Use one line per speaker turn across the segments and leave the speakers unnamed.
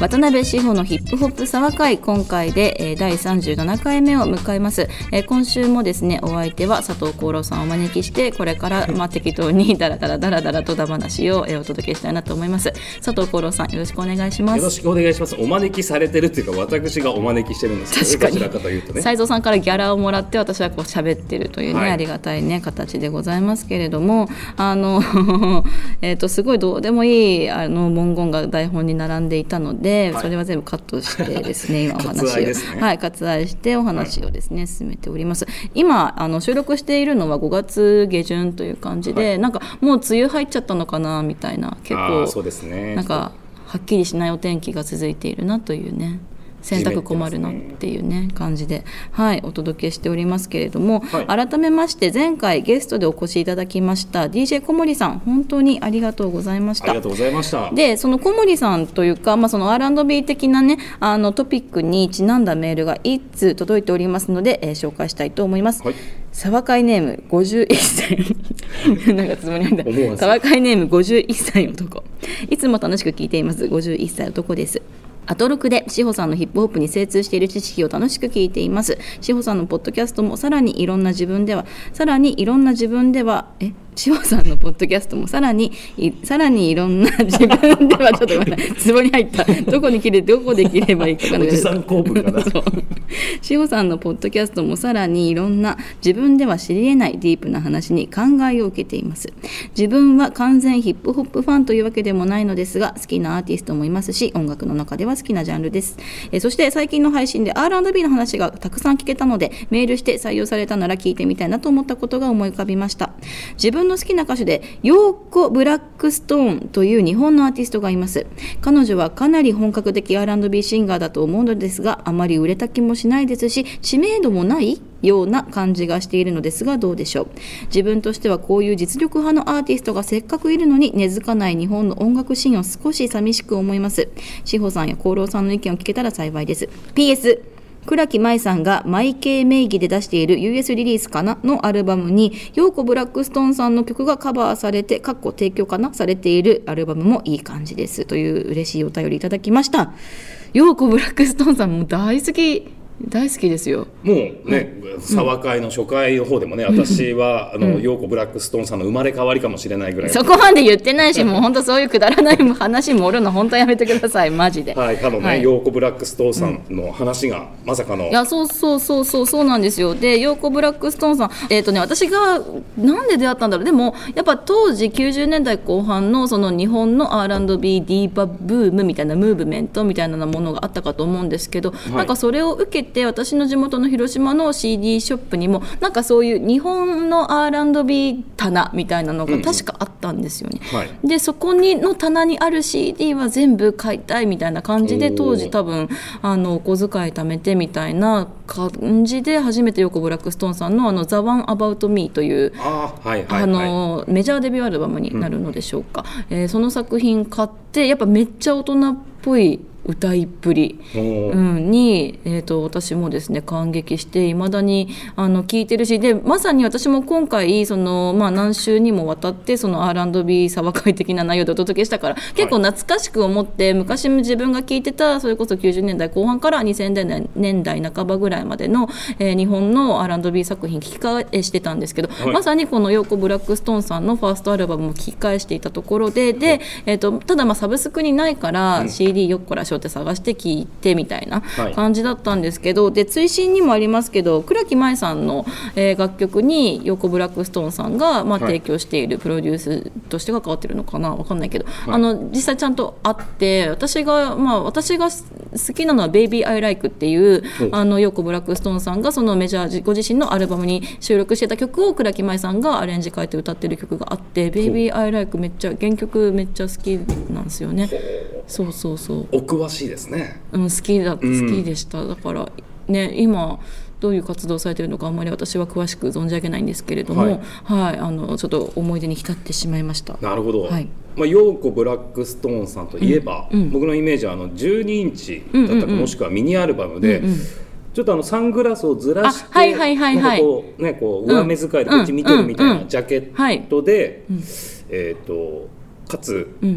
渡辺志保のヒップホップサワ会、今回で、第37回目を迎えます。今週もですね、お相手は佐藤功郎さんをお招きして、これから、適当にダラダラとだ話を、お届けしたいなと思います。佐藤功郎さん、よろしくお願いします。
よろしくお願いします。お招きされてるっていうか、私がお招きしてるんですけど、
確かに
どちらかというとね、
斉藤さんからギャラをもらって私はこう喋ってるというね、ありがたいね形でございますけれども、すごいどうでもいい文言が台本に並んでいたので、それは全部カットしてですね今お話を
割愛ですね。
割愛してお話をですね、進めております。今収録しているのは5月下旬という感じで、なんかもう梅雨入っちゃったのかなみたいな、結構
そうですね、
なんかはっきりしないお天気が続いているなというね、洗濯困るなっていうね感じで、お届けしておりますけれども、改めまして前回ゲストでお越しいただきました DJ 小森さん、本当にありがとうございました。
ありがとうございました。
でその小森さんというか、その R&B 的なねトピックにちなんだメールが1通届いておりますので、紹介したいと思います。サワカイネーム51歳なんかつもりなんだ。サワカイネーム51歳男、いつも楽しく聞いています51歳男です。アトロクで志保さんのヒップホップに精通している知識を楽しく聞いています。志保さんのポッドキャストもさらにいろんな自分では志保さんのポッドキャストもさらにいろんな自分ではちょっとごめんなさい、ツボに入った。どこで切ればいいか分かんない。
おじさん公文かな。
志保さんのポッドキャストもさらにいろんな自分では知り得ないディープな話に感慨を受けています。自分は完全ヒップホップファンというわけでもないのですが、好きなアーティストもいますし、音楽の中では好きなジャンルです。そして最近の配信で R&B の話がたくさん聞けたので、メールして採用されたなら聞いてみたいなと思ったことが思い浮かびました。自分の好きな歌手でヨーコ・ブラックストーンという日本のアーティストがいます。彼女はかなり本格的 R&B シンガーだと思うのですが、あまり売れた気もしないですし、知名度もないような感じがしているのですが、どうでしょう。自分としてはこういう実力派のアーティストがせっかくいるのに根付かない日本の音楽シーンを少し寂しく思います。志保さんや功郎さんの意見を聞けたら幸いです。 PS、倉木舞さんがマイケイ名義で出している US リリースかなのアルバムにヨーコ・ブラックストーンさんの曲がカバーされて提供かなされているアルバムもいい感じですという嬉しいお便りいただきました。ヨーコ・ブラックストーンさんも大好きですよ。
もうね、サワ会の初回の方でもね、私はヨーコ・ブラックストーンさんの生まれ変わりかもしれないぐらい、
そこまで言ってないし、もう本当そういうくだらない話盛るの本当やめてください、マジで。ヨ
ーコ・ブラックストーンさんの話がまさかの、
いやそうなんですよ。でヨーコ・ブラックストーンさん、私がなんで出会ったんだろう。でもやっぱ当時90年代後半のその日本の R&B ディーパブームみたいなムーブメントみたいなものがあったかと思うんですけど、なんかそれを受けて私の地元の広島の CD ショップにもなんかそういう日本の R&B 棚みたいなのが確かあったんですよね。でそこの棚にある CD は全部買いたいみたいな感じで、当時多分お小遣い貯めてみたいな感じで初めてヨーコ・ブラックストーンさんのThe One About Me というメジャーデビューアルバムになるのでしょうか、その作品買って、やっぱめっちゃ大人っぽい歌いっぷり、に、私もですね感激していまだに聴いてるし、でまさに私も今回何週にもわたってその R&B サバ会的な内容でお届けしたから、結構懐かしく思って、昔も自分が聴いてたそれこそ90年代後半から2000年代半ばぐらいまでの、日本の R&B 作品聞き返してたんですけど、まさにこのヨーコ・ブラックストーンさんのファーストアルバムも聞き返していたところで、ただサブスクにないから、CD よっこらしょって探して聞いてみたいな感じだったんですけど、で追伸にもありますけど、倉木舞さんの、楽曲にヨーコ・ブラックストーンさんが、提供しているプロデュースとしてが関わってるのかな、分かんないけど、実際ちゃんとあって、私が好きなのは Baby I Like っていう、ヨーコ・ブラックストーンさんがそのメジャーご自身のアルバムに収録してた曲を倉木舞さんがアレンジ変えて歌ってる曲があって、Baby I Like 原曲めっちゃ好きなんですよね。そうお
詳しいですね。
好きでした。だからね、今どういう活動をされているのかあんまり私は詳しく存じ上げないんですけれども、ちょっと思い出に浸ってしまいました。
なるほど、ヨーコ・ブラックストーンさんといえば、僕のイメージは12インチだったか、もしくはミニアルバムで、ちょっとサングラスをずらして、こう上目遣いでこっち見てるみたいなジャケットで、かつ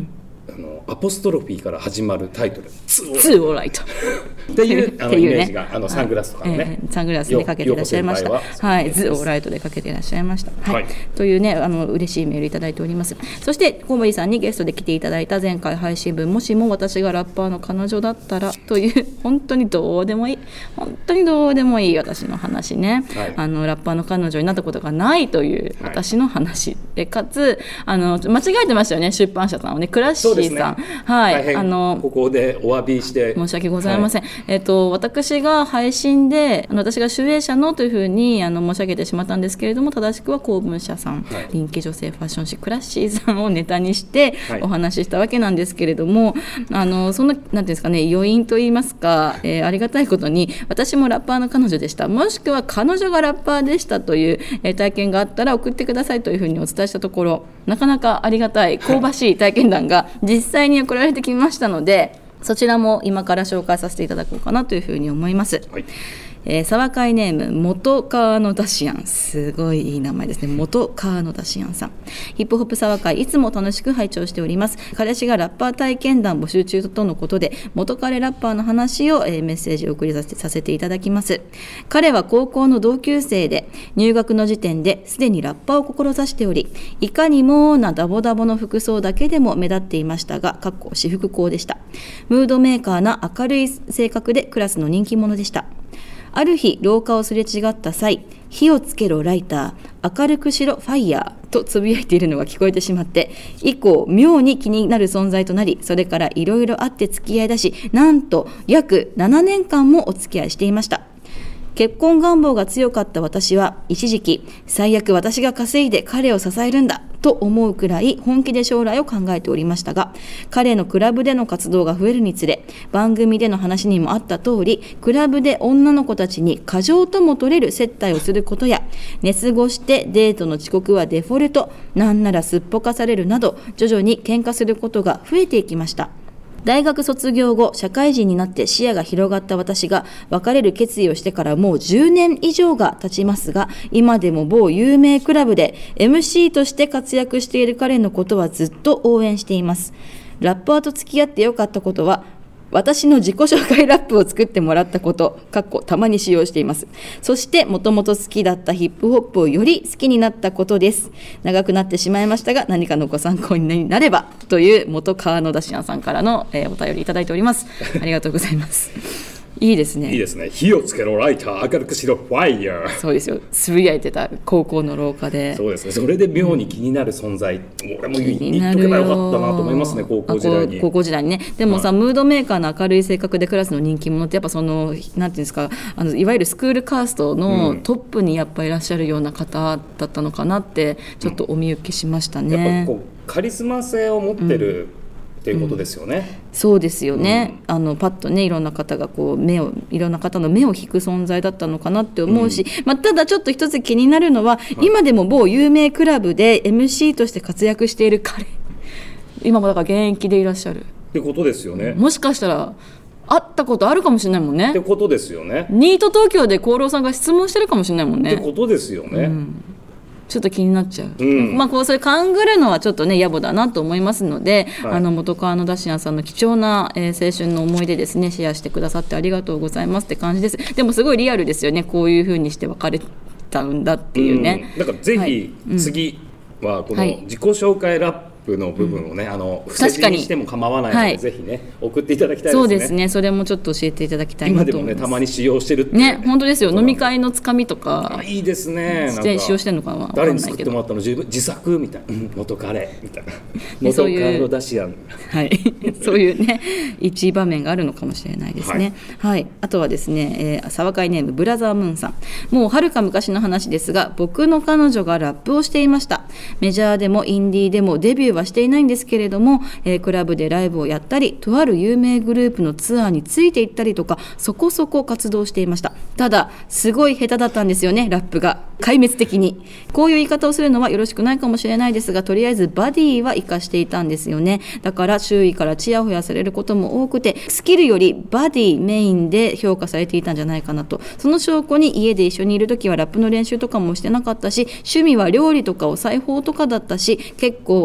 アポストロフィーから始まるタイトル
ツーオーライト
っていうイメージがサングラスとかのね、
サングラスでかけていらっしゃいました。はい、ズオーライトでかけていらっしゃいました。はい、というね嬉しいメールいただいております。そして小森さんにゲストで来ていただいた前回配信分、もしも私がラッパーの彼女だったらという本当にどうでもいい私の話ね、はい、ラッパーの彼女になったことがないという私の話で、かつ間違えてましたよね、出版社さんをね、クラッシーさん、はい、
ここでお詫びして
申し訳ございません、はい、私が配信で私が集英社のというふうに申し上げてしまったんですけれども、正しくは公文社さん、はい、人気女性ファッション誌クラッシーさんをネタにしてお話ししたわけなんですけれども、そのなんていうんですかね、余韻といいますか、ありがたいことに私もラッパーの彼女でした、もしくは彼女がラッパーでしたという、体験があったら送ってくださいというふうにお伝えしたところ、なかなかありがたい香ばしい体験談が実際に送られてきましたので、そちらも今から紹介させていただこうかなというふうに思います。はい、沢会ネーム元川のダシアン、すごいいい名前ですね。元川のダシアンさん、ヒップホップ沢会いつも楽しく拝聴しております。彼氏がラッパー体験談募集中とのことで、元彼ラッパーの話を、メッセージを送りさせていただきます。彼は高校の同級生で、入学の時点ですでにラッパーを志しており、いかにもなダボダボの服装だけでも目立っていましたが、私服校でした。ムードメーカーな明るい性格でクラスの人気者でした。ある日廊下をすれ違った際、火をつけろライター、明るくしろファイヤーとつぶやいているのが聞こえてしまって、以降妙に気になる存在となり、それからいろいろあって付き合いだし、なんと約7年間もお付き合いしていました。結婚願望が強かった私は一時期、最悪私が稼いで彼を支えるんだと思うくらい本気で将来を考えておりましたが、彼のクラブでの活動が増えるにつれ、番組での話にもあった通り、クラブで女の子たちに過剰とも取れる接待をすることや、寝過ごしてデートの遅刻はデフォルト、なんならすっぽかされるなど、徐々に喧嘩することが増えていきました。大学卒業後、社会人になって視野が広がった私が別れる決意をしてからもう10年以上が経ちますが、今でも某有名クラブで MC として活躍している彼のことはずっと応援しています。ラッパーと付き合ってよかったことは、私の自己紹介ラップを作ってもらったこと、たまに使用しています。そしてもともと好きだったヒップホップをより好きになったことです。長くなってしまいましたが、何かのご参考になればという元川野ダシアンさんからの、お便りいただいております。ありがとうございます。いいですね。
いいですね。火をつけろライター、明るくしろファイヤー。
そうですよ。つぶやいてた高校の廊下で。
そうですね。それで妙に気になる存在、俺も言っとけばよかったなと思いますね。高校時代に。
高校時代にね。でもさ、ムードメーカーの明るい性格でクラスの人気者ってやっぱそのなんていうんですか、いわゆるスクールカーストのトップにやっぱいらっしゃるような方だったのかなってちょっとお見受けしましたね。
やっぱこうカリスマ性を持ってる。ということですよね。
そうですよね。パッとね、いろんな方がこういろんな方の目を引く存在だったのかなって思うし、ただちょっと一つ気になるのは、今でも某有名クラブで MC として活躍している彼、今もだから現役でいらっしゃる
ってことですよね。
もしかしたら会ったことあるかもしれないもんね。
ってことですよね。
ニート東京で功労さんが質問してるかもしれないもんね。
ってことですよね。
ちょっと気になっちゃう、こうそれ勘ぐるのはちょっとね野暮だなと思いますので、元川のダシアンさんの貴重な、青春の思い出ですね、シェアしてくださってありがとうございますって感じです。でもすごいリアルですよね、こういう風にして別れたんだっていうね。
だからぜひ次はこの自己紹介ラップの部分をね、伏せ字にしても構わないので、ぜひね送っていただきたいですね。
そうですね、それもちょっと教えていただきたいなと思います。
今でもねたまに使用してるって
ね、本当ですよ。飲み会のつかみとか
いいですね。
使用してるのかな、
誰に作ってもらったの、自作みたいな、元彼みたいな、元彼のダシアン、
そういうね一場面があるのかもしれないですね。あとはですね、沢会ネームブラザームーンさん、もうはるか昔の話ですが、僕の彼女がラップをしていました。メジャーでもインディーでもデビューはしていないんですけれども、クラブでライブをやったり、とある有名グループのツアーについて行ったりとか、そこそこ活動していました。ただすごい下手だったんですよね、ラップが壊滅的に。こういう言い方をするのはよろしくないかもしれないですが、とりあえずバディは活かしていたんですよね。だから周囲からチヤホヤされることも多くて、スキルよりバディメインで評価されていたんじゃないかなと。その証拠に家で一緒にいるときはラップの練習とかもしてなかったし、趣味は料理とかお裁縫とかだったし、結構女の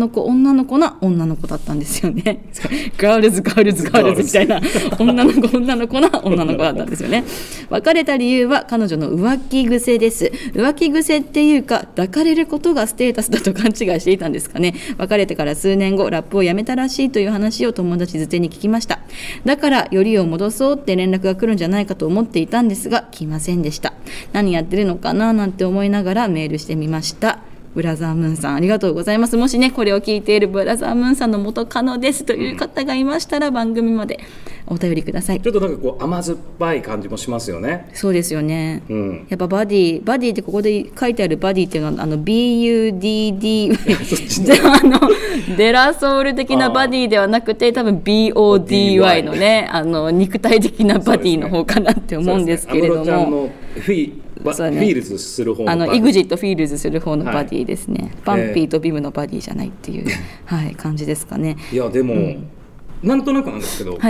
の子な女の子だったんですよねガールズみたいな女の子な女の子だったんですよね。別れた理由は彼女の浮気癖です。浮気癖っていうか抱かれることがステータスだと勘違いしていたんですかね。別れてから数年後ラップをやめたらしいという話を友達づてに聞きました。だからよりを戻そうって連絡が来るんじゃないかと思っていたんですが来ませんでした。何やってるのかななんて思いながらメールしてみました。ブラザームーンさんありがとうございます。もしねこれを聞いているブラザームーンさんの元カノですという方がいましたら、番組までお便りください。
ちょっとなんかこう甘酸っぱい感じもしますよね。
そうですよね、やっぱバディってここで書いてあるバディっていうのはBUDD デラソウル的なバディではなくて多分 BODY のね肉体的なバディの方かなって思うんですけれども、
安室ちゃんのフィールズする方のバディ、
イグジットフィールズする方のバディですね、パンピーとビムのバディじゃないっていう、感じですかね。
いやでも、なんとなくなんですけど、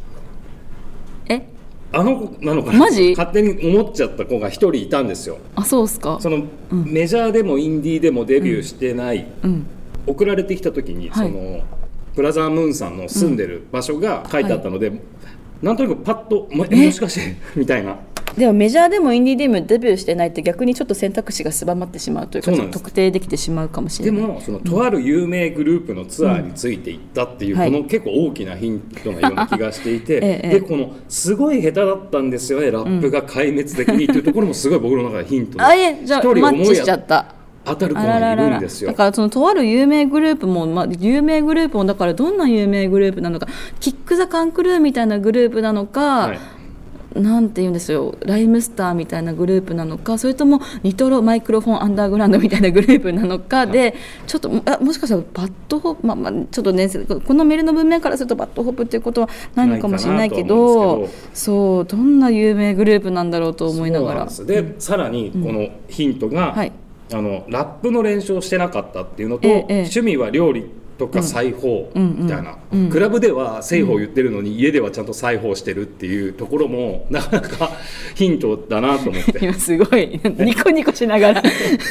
あの子なのかな
マジ
勝手に思っちゃった子が一人いたんですよ。
そうっすか。
その、メジャーでもインディーでもデビューしてない、送られてきた時に、そのブラザームーンさんの住んでる場所が書いてあったので、なんとなくパッともしかしてみたいな。
でもメジャーでもインディーでもデビューしてないって逆にちょっと選択肢が狭まってしまうというか、特定できてしまうかもしれない。
でもそのとある有名グループのツアーについていったっていう、この結構大きなヒントなような気がしていてでこのすごい下手だったんですよねラップが壊滅的にっていうところもすごい僕の中でヒントで
じゃあマッチしちゃった
当たる子がいるんですよ。
だからそのとある有名グループも、有名グループもだからどんな有名グループなのか、キック・ザ・カンクルーみたいなグループなのか、なんて言うんですよ、ライムスターみたいなグループなのか、それともニトロマイクロフォンアンダーグラウンドみたいなグループなのかで、ちょっともしかしたらバッドホップ、ちょっとねこのメールの文面からするとバッドホップっていうことはないのかもしれないけど、そうどんな有名グループなんだろうと思いながら。
でさらにこのヒントが、ラップの練習をしてなかったっていうのと、趣味は料理とか裁縫みたいな、クラブでは製法言ってるのに、家ではちゃんと裁縫してるっていうところもなかなかヒントだなと思って
今すごいニコニコしながら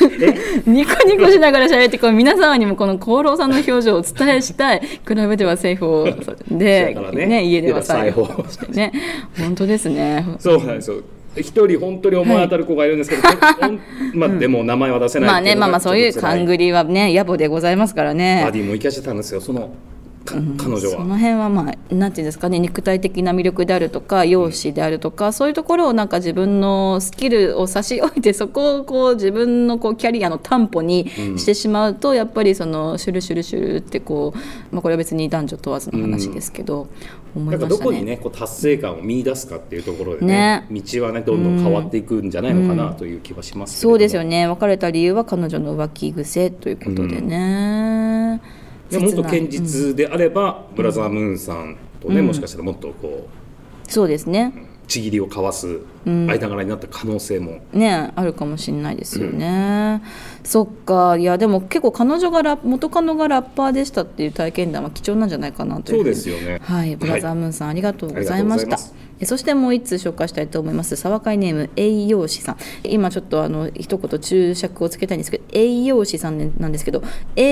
喋って皆様にもこの功労さんの表情をお伝えしたい。クラブでは製法で、家では裁縫してね本当ですね。
そうなんですよ。一人本当に思い当たる子がいるんですけど、でも名前は出せないっていうのが
そういう勘繰りはね野暮でございますからね。
バディも生かしてたんですよその彼女は。
その辺はなんていうんですかね、肉体的な魅力であるとか容姿であるとか、そういうところをなんか自分のスキルを差し置いてそこを自分のキャリアの担保にしてしまうと、やっぱりそのシュルシュルシュルってこれは別に男女問わずの話ですけど、思いましたね。
どこにね達成感を見出すかっていうところでね、道はねどんどん変わっていくんじゃないのかなという気はしますけれども、
そうですよね。別れた理由は彼女の浮気癖ということでね、
もっと堅実であれば、ブラザームーンさんとね、もしかしたらもっと
そうですね
ちぎりを交わす間柄になった可能性も、
あるかもしれないですよね、そっか。いやでも結構元カノがラッパーでしたっていう体験談は貴重なんじゃないかなというふうに。
そうですよね。
ブラザームーンさん、ありがとうございました。そしてもう一通紹介したいと思います。沢会ネーム栄養士さん。今ちょっと一言注釈をつけたいんですけど、栄養士さんなんですけど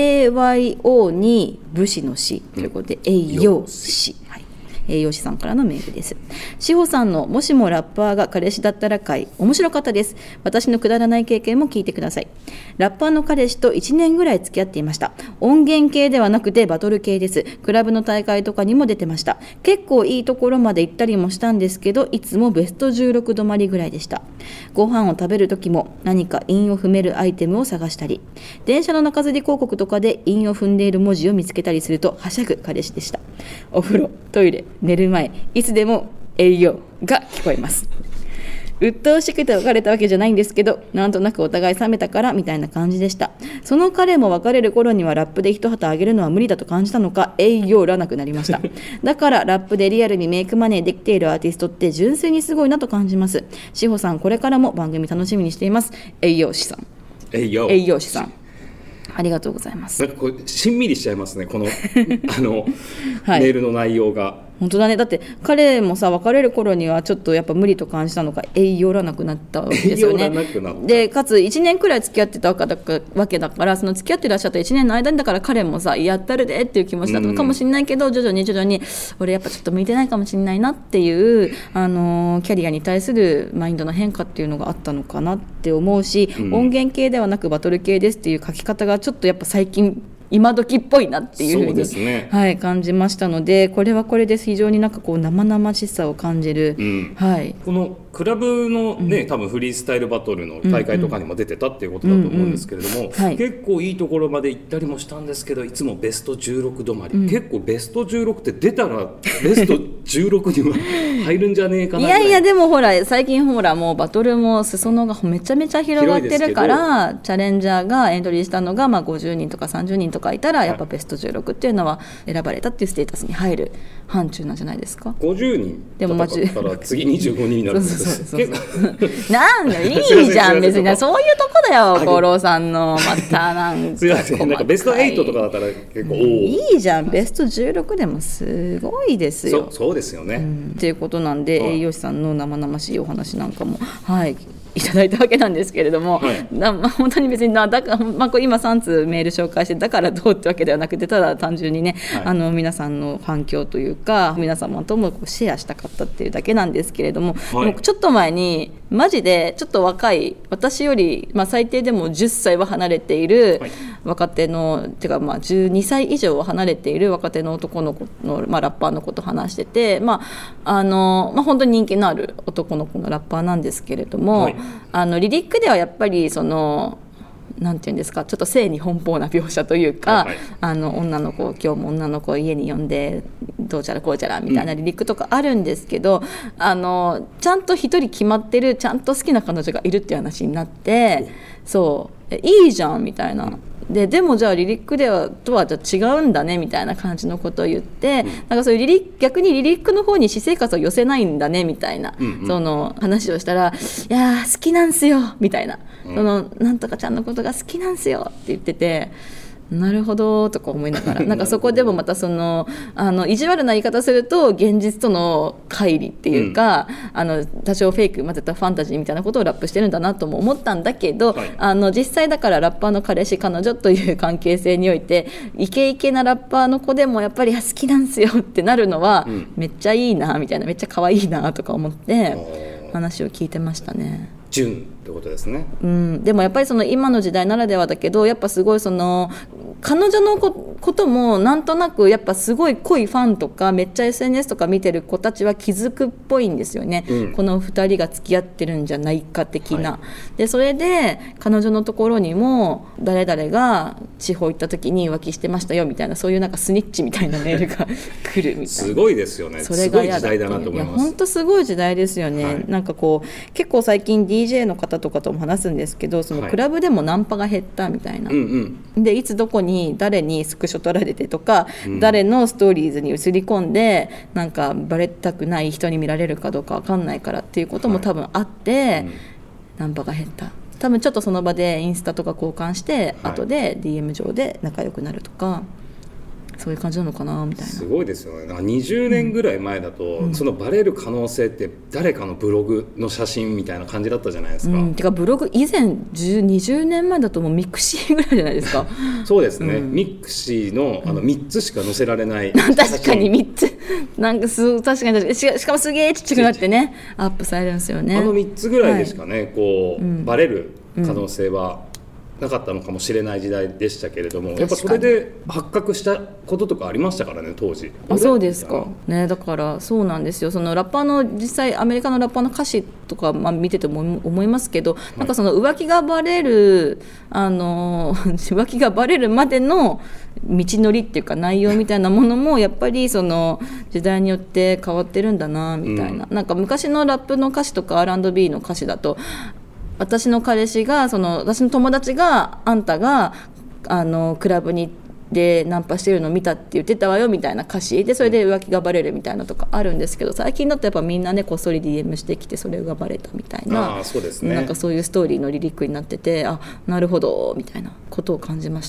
AYO に武士の士ということで、栄養士、栄養士さんからのメールです。志保さんのもしもラッパーが彼氏だったら回面白かったです。私のくだらない経験も聞いてください。ラッパーの彼氏と1年ぐらい付き合っていました。音源系ではなくてバトル系です。クラブの大会とかにも出てました。結構いいところまで行ったりもしたんですけど、いつもベスト16止まりぐらいでした。ご飯を食べる時も何か韻を踏めるアイテムを探したり、電車の中吊り広告とかで韻を踏んでいる文字を見つけたりするとはしゃぐ彼氏でした。お風呂、トイレ、寝る前、いつでも栄養が聞こえます。鬱陶しくて別れたわけじゃないんですけど、なんとなくお互い冷めたからみたいな感じでした。その彼も別れる頃にはラップで一旗あげるのは無理だと感じたのか、栄養らなくなりました。だからラップでリアルにメイクマネーできているアーティストって純粋にすごいなと感じます。志保さん、これからも番組楽しみにしています。栄養士さん、栄養士さん、ありがとうございます。
なんかしんみりしちゃいますねこのメールの内容が。
本当だね。だって彼もさ別れる頃にはちょっとやっぱ無理と感じたのか栄養らなくなったわけですよね。でかつ1年くらい付き合ってたわけだから、その付き合ってらっしゃった1年の間にだから彼もさやったるでっていう気持ちだったのかもしれないけど、徐々に俺やっぱちょっと向いてないかもしれないなっていうキャリアに対するマインドの変化っていうのがあったのかなって思うし、音源系ではなくバトル系ですっていう書き方がちょっとやっぱ最近今時っぽいなっていうふうに、ね、はい、感じましたので、これはこれで非常になんかこう生々しさを感じる、はい、
このクラブのね、多分フリースタイルバトルの大会とかにも出てたっていうことだと思うんですけれども、結構いいところまで行ったりもしたんですけど、いつもベスト16止まり、結構ベスト16って出たらベスト16には入るんじゃねえかな。
いやでもほら最近ほらもうバトルも裾野がめちゃめちゃ広がってるから、チャレンジャーがエントリーしたのが50人とか30人とかいたらやっぱベスト16っていうのは選ばれたっていうステータスに入る範疇なんじゃないですか。
50人でも戦ったら次25人になるんです
なんだいいじゃん別にそういうとこだよ五郎さんのまたなん
かベスト8とかだったら結構
いいじゃん、ベスト16でもすごいですよ。
そうですよね、
っていうことなんで、栄養士さんの生々しいお話なんかもはいいただいたわけなんですけれども、本当に別にだから、今3通メール紹介してだからどうってわけではなくて、ただ単純にね、皆さんの反響というか皆様ともシェアしたかったっていうだけなんですけれども、もうちょっと前にマジでちょっと若い私より、最低でも10歳は離れている若手の、てか12歳以上は離れている若手の男の子の、ラッパーの子と話してて、本当に人気のある男の子のラッパーなんですけれども、リリックではやっぱりそのなんていうんですか、ちょっと性に奔放な描写というか、女の子今日も女の子を家に呼んでどうちゃらこうちゃらみたいなリリックとかあるんですけど、ちゃんと一人決まってるちゃんと好きな彼女がいるっていう話になって、そういいじゃんみたいな。でもじゃあリリックではとはじゃあ違うんだねみたいな感じのことを言って、なんかそういう逆にリリックの方に私生活を寄せないんだねみたいな、その話をしたら、いや好きなんすよみたいな、そのなんとかちゃんのことが好きなんすよって言ってて、なるほどとか思いながら、なんかそこでもまたその意地悪な言い方すると現実との乖離っていうか、多少フェイク混ぜたファンタジーみたいなことをラップしてるんだなとも思ったんだけど、実際だからラッパーの彼氏彼女という関係性においてイケイケなラッパーの子でもやっぱり好きなんすよってなるのは、めっちゃいいなみたいな、めっちゃ可愛いなとか思って話を聞いてましたね。
純ってことですね、
でもやっぱりその今の時代ならではだけど、やっぱすごいその彼女のこともなんとなくやっぱすごい濃いファンとかめっちゃ SNS とか見てる子たちは気づくっぽいんですよね、この2人が付き合ってるんじゃないか的な、でそれで彼女のところにも誰々が地方行った時に浮気してましたよみたいな、そういうなんかスニッチみたいなメールが来るみたいな
すごいですよね。それがすごい時代だなと思います。
本当すごい時代ですよね、なんかこう結構最近 DJ の方とかとも話すんですけど、そのクラブでもナンパが減ったみたいな、でいつどこに誰にスクショ撮られてとか、誰のストーリーズに映り込んでなんかバレたくない人に見られるかどうか分かんないからっていうことも多分あって、ナンパが減った。多分ちょっとその場でインスタとか交換して、後で DM 上で仲良くなるとか、そういう感じなのかなみたいな。
すごいですよね。なんか20年ぐらい前だと、そのバレる可能性って誰かのブログの写真みたいな感じだったじゃないですか、
てかブログ以前20年前だともうミクシーぐらいじゃないですか
そうですね、ミクシーの3つしか載せられない写真
確かに3つなんか確かにしかもすげえちっちゃくなってねアップされるんですよね。
3つぐらいでしかね、こうバレる可能性はなかったのかもしれない時代でしたけれども、やっぱそれで発覚したこととかありましたからね当時。
そうですかね。だからそうなんですよ。そのラッパーの実際アメリカのラッパーの歌詞とか、見てても思いますけど、なんかその浮気がバレる浮気がバレるまでの道のりっていうか内容みたいなものもやっぱりその時代によって変わってるんだなみたいな、なんか昔のラップの歌詞とか R&B の歌詞だと、私の彼氏が私の友達があんたがクラブにでナンパしてるの見たって言ってたわよみたいな歌詞で、それで浮気がバレるみたいなとかあるんですけど、最近だとやっぱみんなねこっそり DM してきてそれがバレたみたいな、
そうですね、
なんかそういうストーリーのリリックになってて、あなるほどみたいなことを感じました。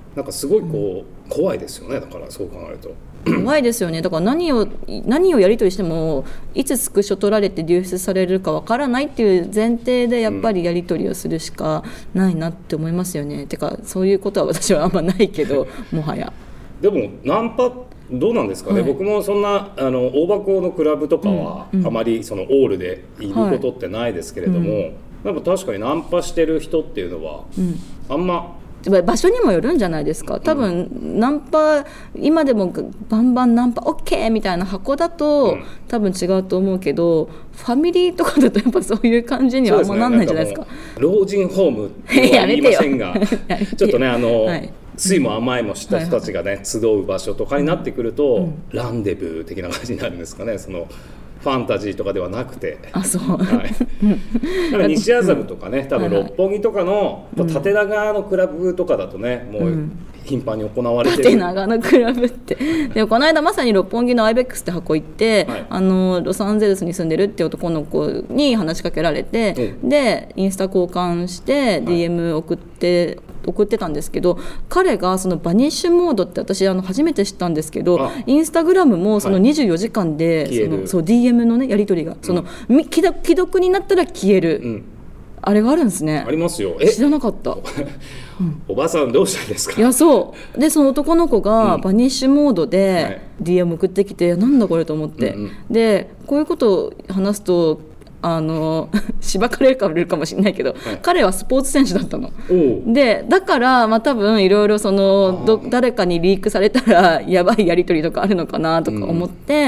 なんかすごいこう怖いですよね。だからそう考えると
怖いですよね。だから何をやり取りしてもいつスクショ取られて流出されるかわからないっていう前提でやっぱりやり取りをするしかないなって思いますよね。てかそういうことは私はあんまないけどもはや。
でもナンパどうなんですかね、はい、僕もそんな大箱のクラブとかはあまりそのオールでいることってないですけれども、なんか確かにナンパしてる人っていうのはあんま
場所にもよるんじゃないですか。多分、ナンパ今でもバンバンナンパ OK みたいな箱だと、多分違うと思うけど、ファミリーとかだとやっぱそういう感じにはあんまなんないじゃないですか。
老人ホームっては言いませんがちょっとねはい酸いも甘いもした人たちがね、集う場所とかになってくると、ランデブー的な感じになるんですかね。そのファンタジーとかではなくて、
そう、
はい、だから西麻布とかね、多分六本木とかの縦長のクラブとかだとね、もう頻繁に行われてる、
縦長のクラブってでもこの間まさに六本木のアイベックスって箱行って、ロサンゼルスに住んでるって男の子に話しかけられて、でインスタ交換して DM 送ってたんですけど、彼がそのバニッシュモードって私初めて知ったんですけど、インスタグラムもその24時間でそう DM のねやり取りがその既読になったら消える、あれがあるんですね。
ありますよ。
知らなかった
おばさんどうしたんですか。
いやそうでその男の子がバニッシュモードで DM 送ってきて、なんだこれと思って、でこういうことを話すとしばかれるかもしれないけど、彼はスポーツ選手だったので、だから多分いろいろ誰かにリークされたらやばいやり取りとかあるのかなとか思って、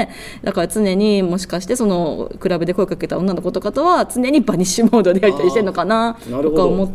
だから常にもしかしてそのクラブで声かけた女の子とかとは常にバニッシュモードでやり取りしてるのかなとか思って。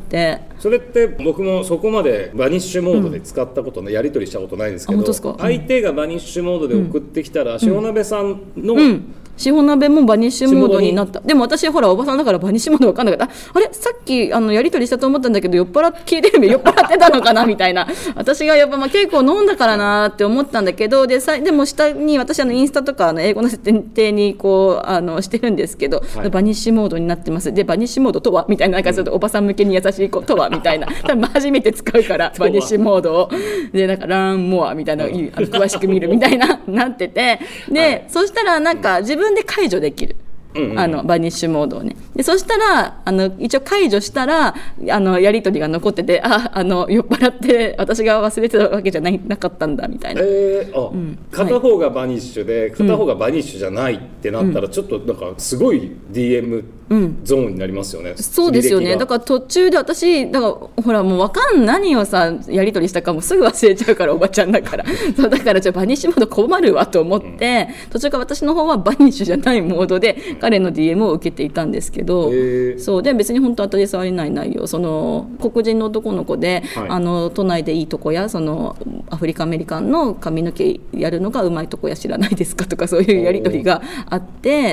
それって僕もそこまでバニッシュモードで使ったことのやり取りしたことないんですけど、相手がバニッシュモードで送ってきたら塩鍋さんの
塩鍋もバニッシュモードになった。でも私ほらおばさんだからバニッシュモード分かんなかった。あれさっきやり取りしたと思ったんだけど酔っ払ってたのかなみたいな。私がやっぱ結構飲んだからなって思ったんだけど、でも下に私インスタとか英語の設定にこうしてるんですけど、バニッシュモードになってます。でバニッシュモードとはみたいな、なんかちょっとおばさん向けに優しい子とはみたいな。多分初めて使うからバニッシュモードをでなんかランモアみたいな詳しく見るみたいななってて、で、そしたらなんか自分で解除できる。バニッシュモードをね。でそしたら一応解除したらやり取りが残ってて、酔っ払って私が忘れてたわけじゃなかったんだみたいな、
片方がバニッシュで片方がバニッシュじゃないってなったら、ちょっとなんかすごい DM ゾーンになりますよね。
そうですよね。だから途中で私だからほらもう何をさやり取りしたかもすぐ忘れちゃうから、おばちゃんだからそうだからバニッシュモード困るわと思って、途中から私の方はバニッシュじゃないモードで彼の DM を受けていたんですけど、そうで別に本当当たり障りない内容、その黒人の男の子で、都内でいいとこやそのアフリカアメリカンの髪の毛やるのがうまいとこや知らないですかとか、そういうやり取りがあって、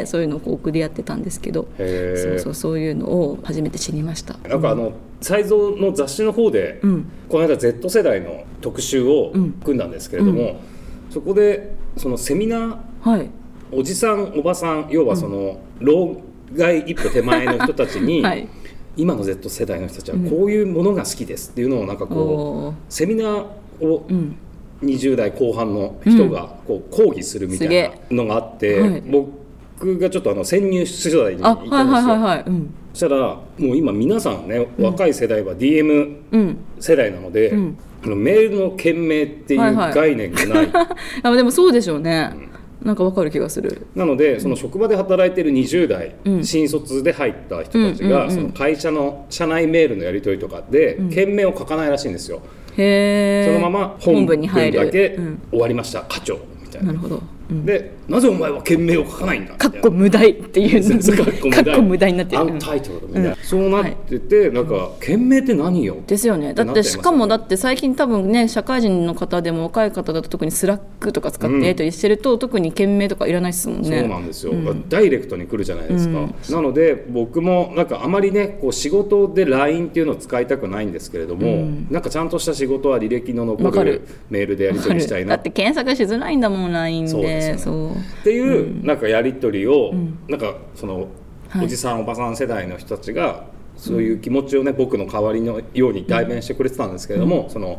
そういうのを送り合ってたんですけど、そういうのを初めて知りました。
なんかサイゾーの雑誌の方で、この間 Z 世代の特集を組んだんですけれども、そこでそのセミナー、おじさんおばさん、要はその老害一歩手前の人たちに、今の Z 世代の人たちはこういうものが好きですっていうのをなんかこうセミナーを20代後半の人がこう講義するみたいなのがあって、僕がちょっと潜入取材に行ったんですよ。そしたらもう今皆さんね、若い世代は DM 世代なので、メールの件名っていう概念がない、
でもそうでしょうね。なんか分かる気がする。
なのでその職場で働いている20代、新卒で入った人たちが、その会社の社内メールのやり取りとかで件名を書かないらしいんですよ。そのまま本文だけ終わりました、課長みたいな。
なるほど。
でなぜお前は件名を書かないんだ
かっこ無題っていうかっこ無題になってる、
アンタイトルみたいな、そうなってて、なんか件名って何よ
ですよね。だってしかもだって最近多分ね、社会人の方でも若い方だと特にスラックとか使ってやり取りしてると、特に件名とかいらないですもんね。
そうなんですよ、ダイレクトに来るじゃないですか、なので僕もなんかあまりねこう仕事で LINE っていうのを使いたくないんですけれども、なんかちゃんとした仕事は履歴の残るメールでやり取りしたいな。
だって検索しづらいんだもん LINE で。そうですよね。
っていうなんかやり取りを、なんかそのおじさんおばさん世代の人たちがそういう気持ちをね、僕の代わりのように代弁してくれてたんですけれども、その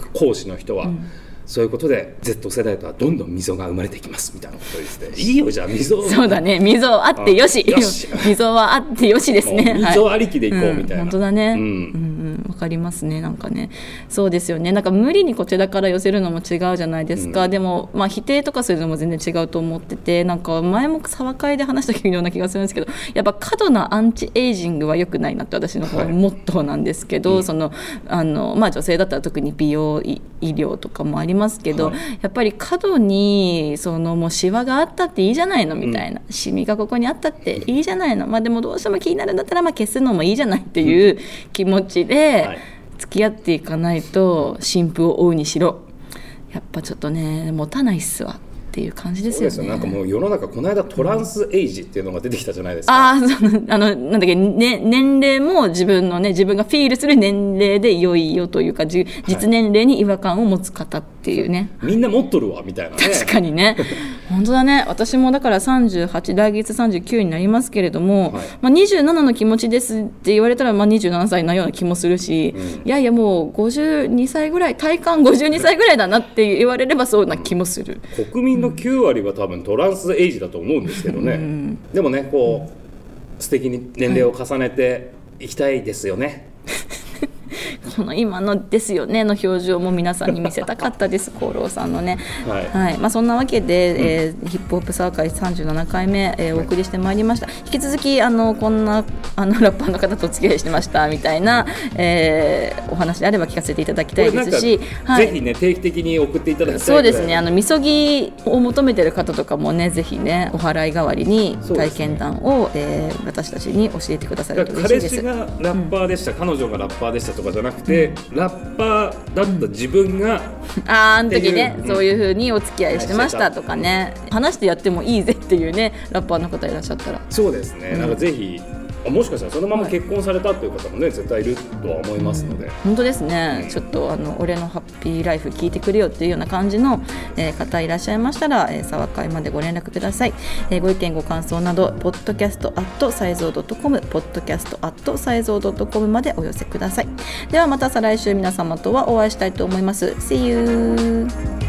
講師の人は、そういうことで Z 世代とはどんどん溝が生まれていきますみたいなことですね。いいよ、じゃあ溝
そうだね、溝あってよし溝はあってよしですね。
溝ありきでいこうみたいな、
本当だね、わかりますね。なんかね、そうですよね。なんか無理にこちらから寄せるのも違うじゃないですか、でも、否定とかするのも全然違うと思ってて、なんか前も沢会で話したような気がするんですけど、やっぱ過度なアンチエイジングは良くないなって私のモットーなんですけど、女性だったら特に美容医療とかもありますけど、やっぱり過度にもうシワがあったっていいじゃないのみたいな、シミがここにあったっていいじゃないの、でもどうしても気になるんだったら消すのもいいじゃないっていう気持ちで付き合っていかないと、新婦を追うにしろやっぱちょっとね持たないっすわっていう感じですよね。
そうですよ。なんかもう世の中この間トランスエイジっていうのが出てきたじゃないですか。
なんだっけ、年齢も自分がフィールする年齢で良いよというか、実年齢に違和感を持つ方っていうね、
みんな持っとるわみたいなね。
確かにね本当だね。私もだから38、来月39になりますけれども、27の気持ちですって言われたら27歳なような気もするし、いやいやもう52歳ぐらい、体感52歳ぐらいだなって言われればそうな気もする。
国民の9割は多分トランスエイジだと思うんですけどね、でもねこう素敵に年齢を重ねていきたいですよね、
この今のですよねの表情も皆さんに見せたかったです功労さんのね、そんなわけで、ヒップホップサーカイ37回目、お送りしてまいりました。引き続きこんなラッパーの方とお付き合いしてましたみたいな、お話であれば聞かせていただきたいですし、
ぜひね定期的に送っていただきたい。
そうですね、みそぎを求めてる方とかもね、ぜひねお払い代わりに体験談を、私たちに教えてくださると嬉しいです。
彼氏がラッパーでした、彼女がラッパーでしたとかじゃなくて、ラッパーだった自分が、
あの時ね、そういう風にお付き合いしてましたとかね、話してやってもいいぜっていうねラッパーの方いらっしゃったら、
そうですね、なんかぜひもしかしたらそのまま結婚されたという方もね、絶対いるとは思いますので、
本当ですね。ちょっと俺のハッピーライフ聞いてくれよっていうような感じの、方いらっしゃいましたら、沢会までご連絡ください。ご意見ご感想などpodcast@saizo.com podcast@saizo.com までお寄せください。ではまた再来週皆様とはお会いしたいと思います。See you